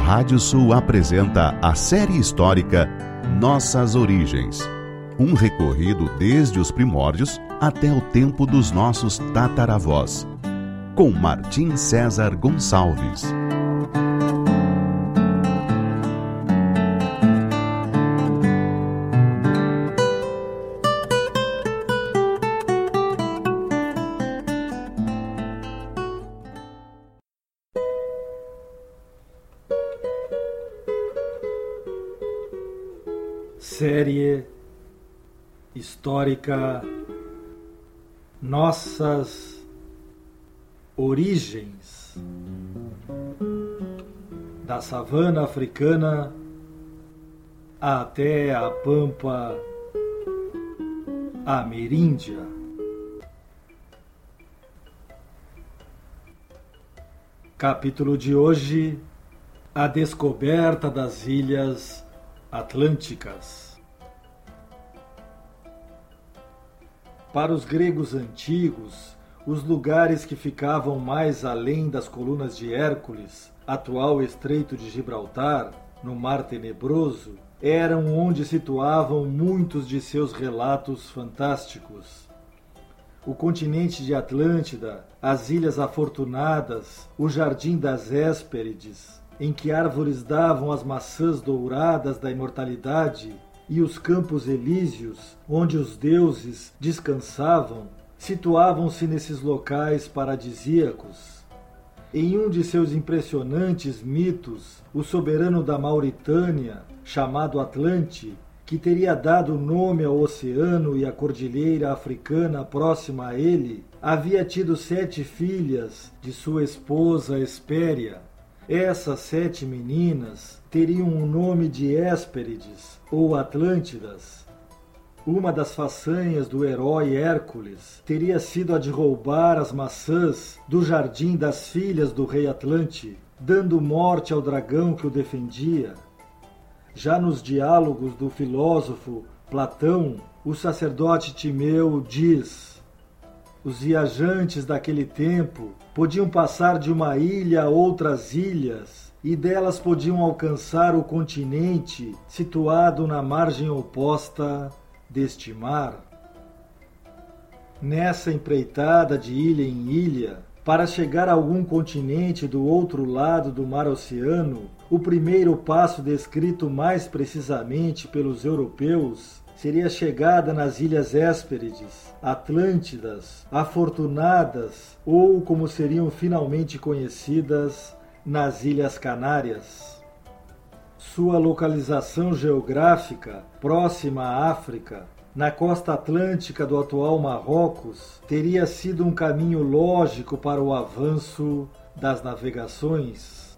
Rádio Sul apresenta a série histórica Nossas Origens. Um recorrido desde os primórdios até o tempo dos nossos tataravós. Com Martim César Gonçalves. Série histórica Nossas Origens, da savana africana até a pampa ameríndia. Capítulo de hoje: a descoberta das Ilhas Atlânticas. Para os gregos antigos, os lugares que ficavam mais além das colunas de Hércules, atual Estreito de Gibraltar, no Mar Tenebroso, eram onde situavam muitos de seus relatos fantásticos. O continente de Atlântida, as Ilhas Afortunadas, o Jardim das Hespérides, em que árvores davam as maçãs douradas da imortalidade, e os campos elíseos, onde os deuses descansavam, situavam-se nesses locais paradisíacos. Em um de seus impressionantes mitos, o soberano da Mauritânia, chamado Atlante, que teria dado nome ao oceano e à cordilheira africana próxima a ele, havia tido 7 filhas de sua esposa Hespéria. Essas 7 meninas teriam o nome de Hespérides ou Atlântidas. Uma das façanhas do herói Hércules teria sido a de roubar as maçãs do jardim das filhas do rei Atlante, dando morte ao dragão que o defendia. Já nos diálogos do filósofo Platão, o sacerdote Timeu diz: os viajantes daquele tempo podiam passar de uma ilha a outras ilhas, e delas podiam alcançar o continente situado na margem oposta deste mar. Nessa empreitada de ilha em ilha, para chegar a algum continente do outro lado do mar-oceano, o primeiro passo descrito mais precisamente pelos europeus seria a chegada nas Ilhas Hespérides, Atlântidas, Afortunadas, ou, como seriam finalmente conhecidas, nas Ilhas Canárias. Sua localização geográfica, próxima à África, na costa atlântica do atual Marrocos, teria sido um caminho lógico para o avanço das navegações.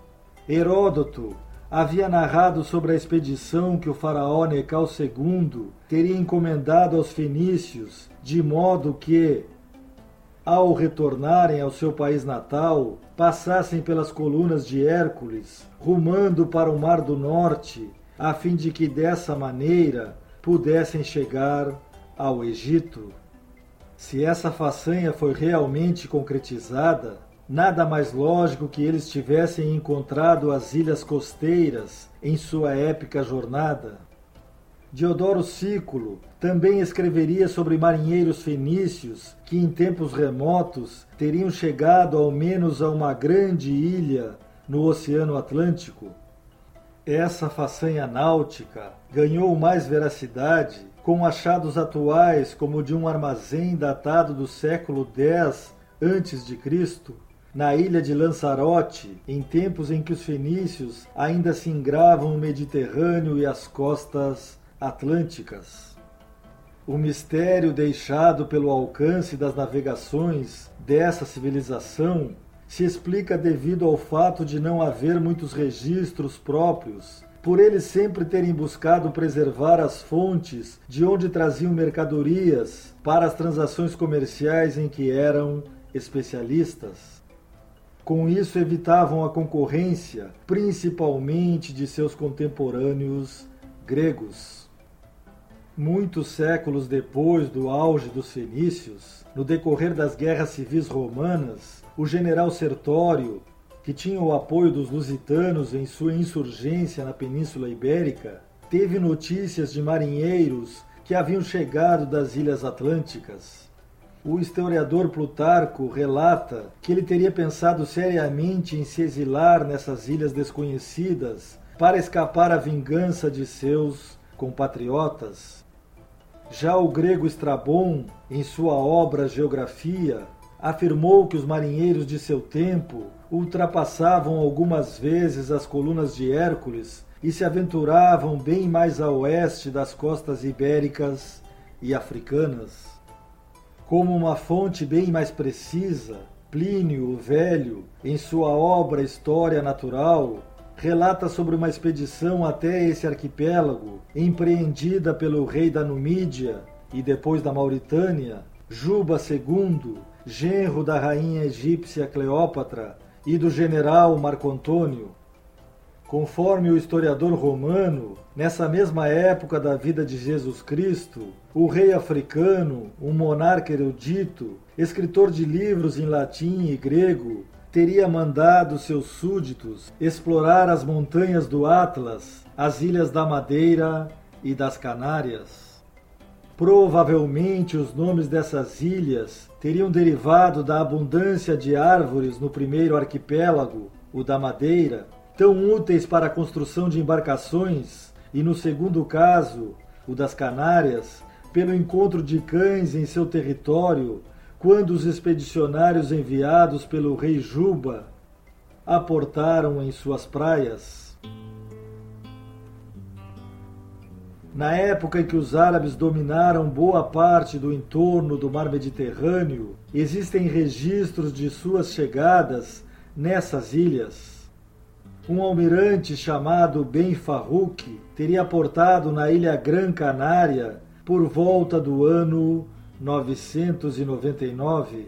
Heródoto havia narrado sobre a expedição que o faraó Necau II teria encomendado aos fenícios, de modo que, ao retornarem ao seu país natal, passassem pelas colunas de Hércules, rumando para o Mar do Norte, a fim de que dessa maneira pudessem chegar ao Egito. Se essa façanha foi realmente concretizada, nada mais lógico que eles tivessem encontrado as ilhas costeiras em sua épica jornada. Diodoro Sículo também escreveria sobre marinheiros fenícios que em tempos remotos teriam chegado ao menos a uma grande ilha no Oceano Atlântico. Essa façanha náutica ganhou mais veracidade com achados atuais como o de um armazém datado do século X a.C., na ilha de Lanzarote, em tempos em que os fenícios ainda se ingravam o Mediterrâneo e as costas atlânticas. O mistério deixado pelo alcance das navegações dessa civilização se explica devido ao fato de não haver muitos registros próprios, por eles sempre terem buscado preservar as fontes de onde traziam mercadorias para as transações comerciais em que eram especialistas. Com isso, evitavam a concorrência, principalmente de seus contemporâneos gregos. Muitos séculos depois do auge dos fenícios, no decorrer das guerras civis romanas, o general Sertório que tinha o apoio dos lusitanos em sua insurgência na Península Ibérica, teve notícias de marinheiros que haviam chegado das Ilhas Atlânticas. O historiador Plutarco relata que ele teria pensado seriamente em se exilar nessas ilhas desconhecidas para escapar à vingança de seus compatriotas. Já o grego Estrabão, em sua obra Geografia, afirmou que os marinheiros de seu tempo ultrapassavam algumas vezes as colunas de Hércules e se aventuravam bem mais a oeste das costas ibéricas e africanas. Como uma fonte bem mais precisa, Plínio o Velho, em sua obra História Natural, relata sobre uma expedição até esse arquipélago, empreendida pelo rei da Numídia e depois da Mauritânia, Juba II, genro da rainha egípcia Cleópatra e do general Marco Antônio. Conforme o historiador romano, nessa mesma época da vida de Jesus Cristo, o rei africano, um monarca erudito, escritor de livros em latim e grego, teria mandado seus súditos explorar as montanhas do Atlas, as ilhas da Madeira e das Canárias. Provavelmente os nomes dessas ilhas teriam derivado da abundância de árvores no primeiro arquipélago, o da Madeira, tão úteis para a construção de embarcações, e no segundo caso, o das Canárias, pelo encontro de cães em seu território, quando os expedicionários enviados pelo rei Juba aportaram em suas praias. Na época em que os árabes dominaram boa parte do entorno do mar Mediterrâneo, existem registros de suas chegadas nessas ilhas. Um almirante chamado Ben Farrukh teria aportado na ilha Gran Canária por volta do ano 999.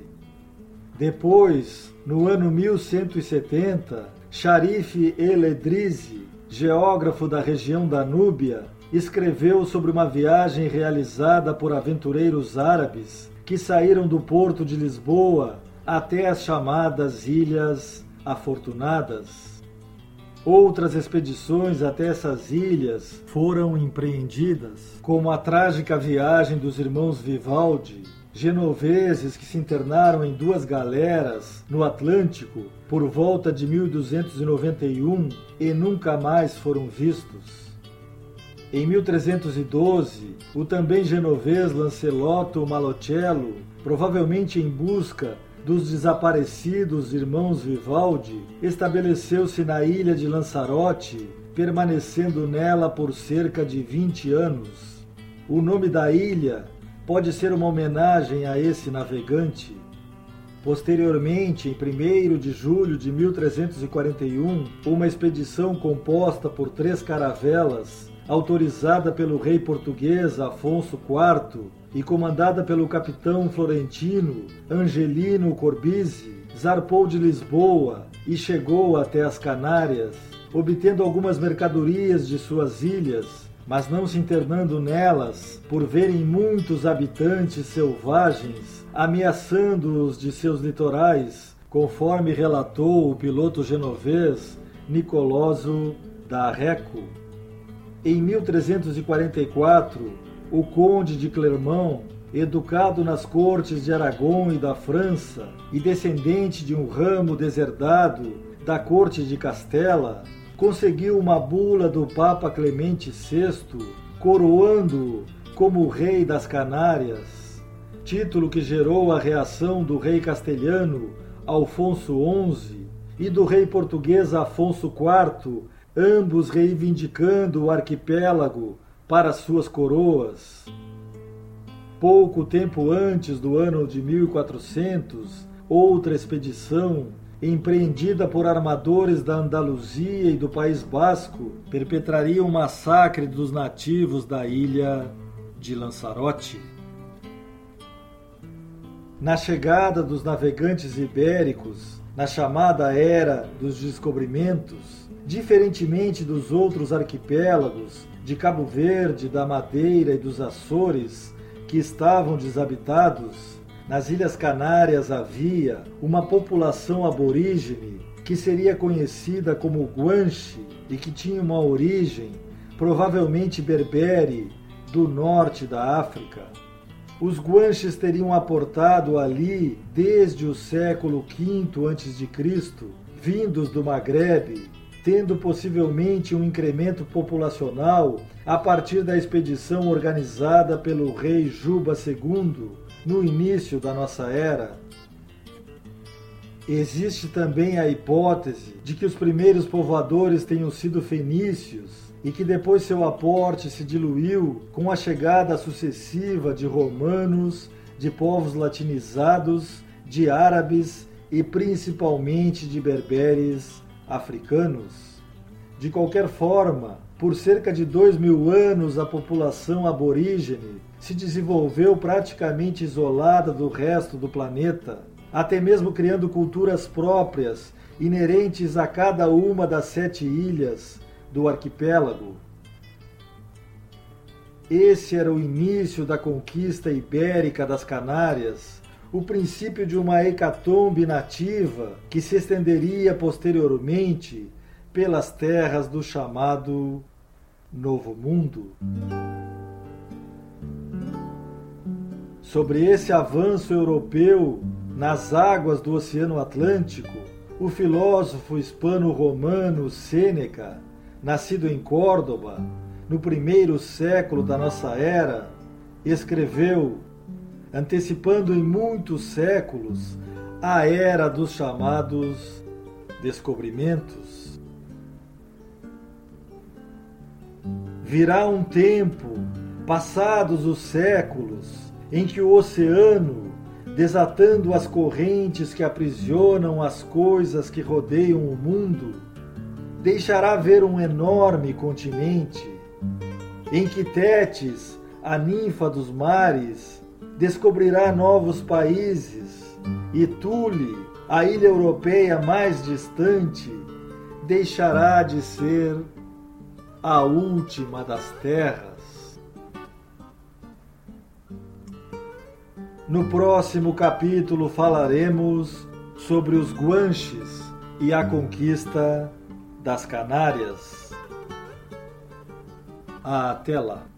Depois, no ano 1170, Sharif el-Edrizi, geógrafo da região da Núbia, escreveu sobre uma viagem realizada por aventureiros árabes que saíram do porto de Lisboa até as chamadas Ilhas Afortunadas. Outras expedições até essas ilhas foram empreendidas, como a trágica viagem dos irmãos Vivaldi, genoveses que se internaram em 2 galeras no Atlântico por volta de 1291 e nunca mais foram vistos. Em 1312, o também genovês Lancelotto Malocello, provavelmente em busca dos desaparecidos irmãos Vivaldi, estabeleceu-se na ilha de Lanzarote, permanecendo nela por cerca de 20 anos. O nome da ilha pode ser uma homenagem a esse navegante. Posteriormente, em 1º de julho de 1341, uma expedição composta por 3 caravelas, autorizada pelo rei português Afonso IV e comandada pelo capitão florentino Angelino Corbizzi, zarpou de Lisboa e chegou até as Canárias, obtendo algumas mercadorias de suas ilhas, mas não se internando nelas por verem muitos habitantes selvagens ameaçando-os de seus litorais, conforme relatou o piloto genovês Nicoloso da Reco. Em 1344, o conde de Clermont, educado nas cortes de Aragão e da França e descendente de um ramo deserdado da corte de Castela, conseguiu uma bula do Papa Clemente VI, coroando-o como rei das Canárias, título que gerou a reação do rei castelhano Alfonso XI e do rei português Afonso IV, ambos reivindicando o arquipélago para suas coroas. Pouco tempo antes do ano de 1400, outra expedição, empreendida por armadores da Andaluzia e do País Basco, perpetraria um massacre dos nativos da ilha de Lanzarote. Na chegada dos navegantes ibéricos, na chamada Era dos Descobrimentos, diferentemente dos outros arquipélagos de Cabo Verde, da Madeira e dos Açores, que estavam desabitados, nas Ilhas Canárias havia uma população aborígene que seria conhecida como Guanche e que tinha uma origem, provavelmente berbere, do norte da África. Os Guanches teriam aportado ali desde o século V a.C., vindos do Maghrebe, tendo possivelmente um incremento populacional a partir da expedição organizada pelo rei Juba II no início da nossa era. Existe também a hipótese de que os primeiros povoadores tenham sido fenícios e que depois seu aporte se diluiu com a chegada sucessiva de romanos, de povos latinizados, de árabes e principalmente de berberes africanos. De qualquer forma, por cerca de 2000 anos a população aborígene se desenvolveu praticamente isolada do resto do planeta, até mesmo criando culturas próprias, inerentes a cada uma das 7 ilhas do arquipélago. Esse era o início da conquista ibérica das Canárias, o princípio de uma hecatombe nativa que se estenderia posteriormente pelas terras do chamado Novo Mundo. Sobre esse avanço europeu nas águas do Oceano Atlântico, o filósofo hispano-romano Sêneca, nascido em Córdoba, no primeiro século da nossa era, escreveu, antecipando em muitos séculos a era dos chamados descobrimentos. Virá um tempo, passados os séculos, em que o oceano, desatando as correntes que aprisionam as coisas que rodeiam o mundo, deixará ver um enorme continente, em que Tétis, a ninfa dos mares, descobrirá novos países, e Thule, a ilha europeia mais distante, deixará de ser a última das terras. No próximo capítulo falaremos sobre os Guanches e a conquista das Canárias. Até lá!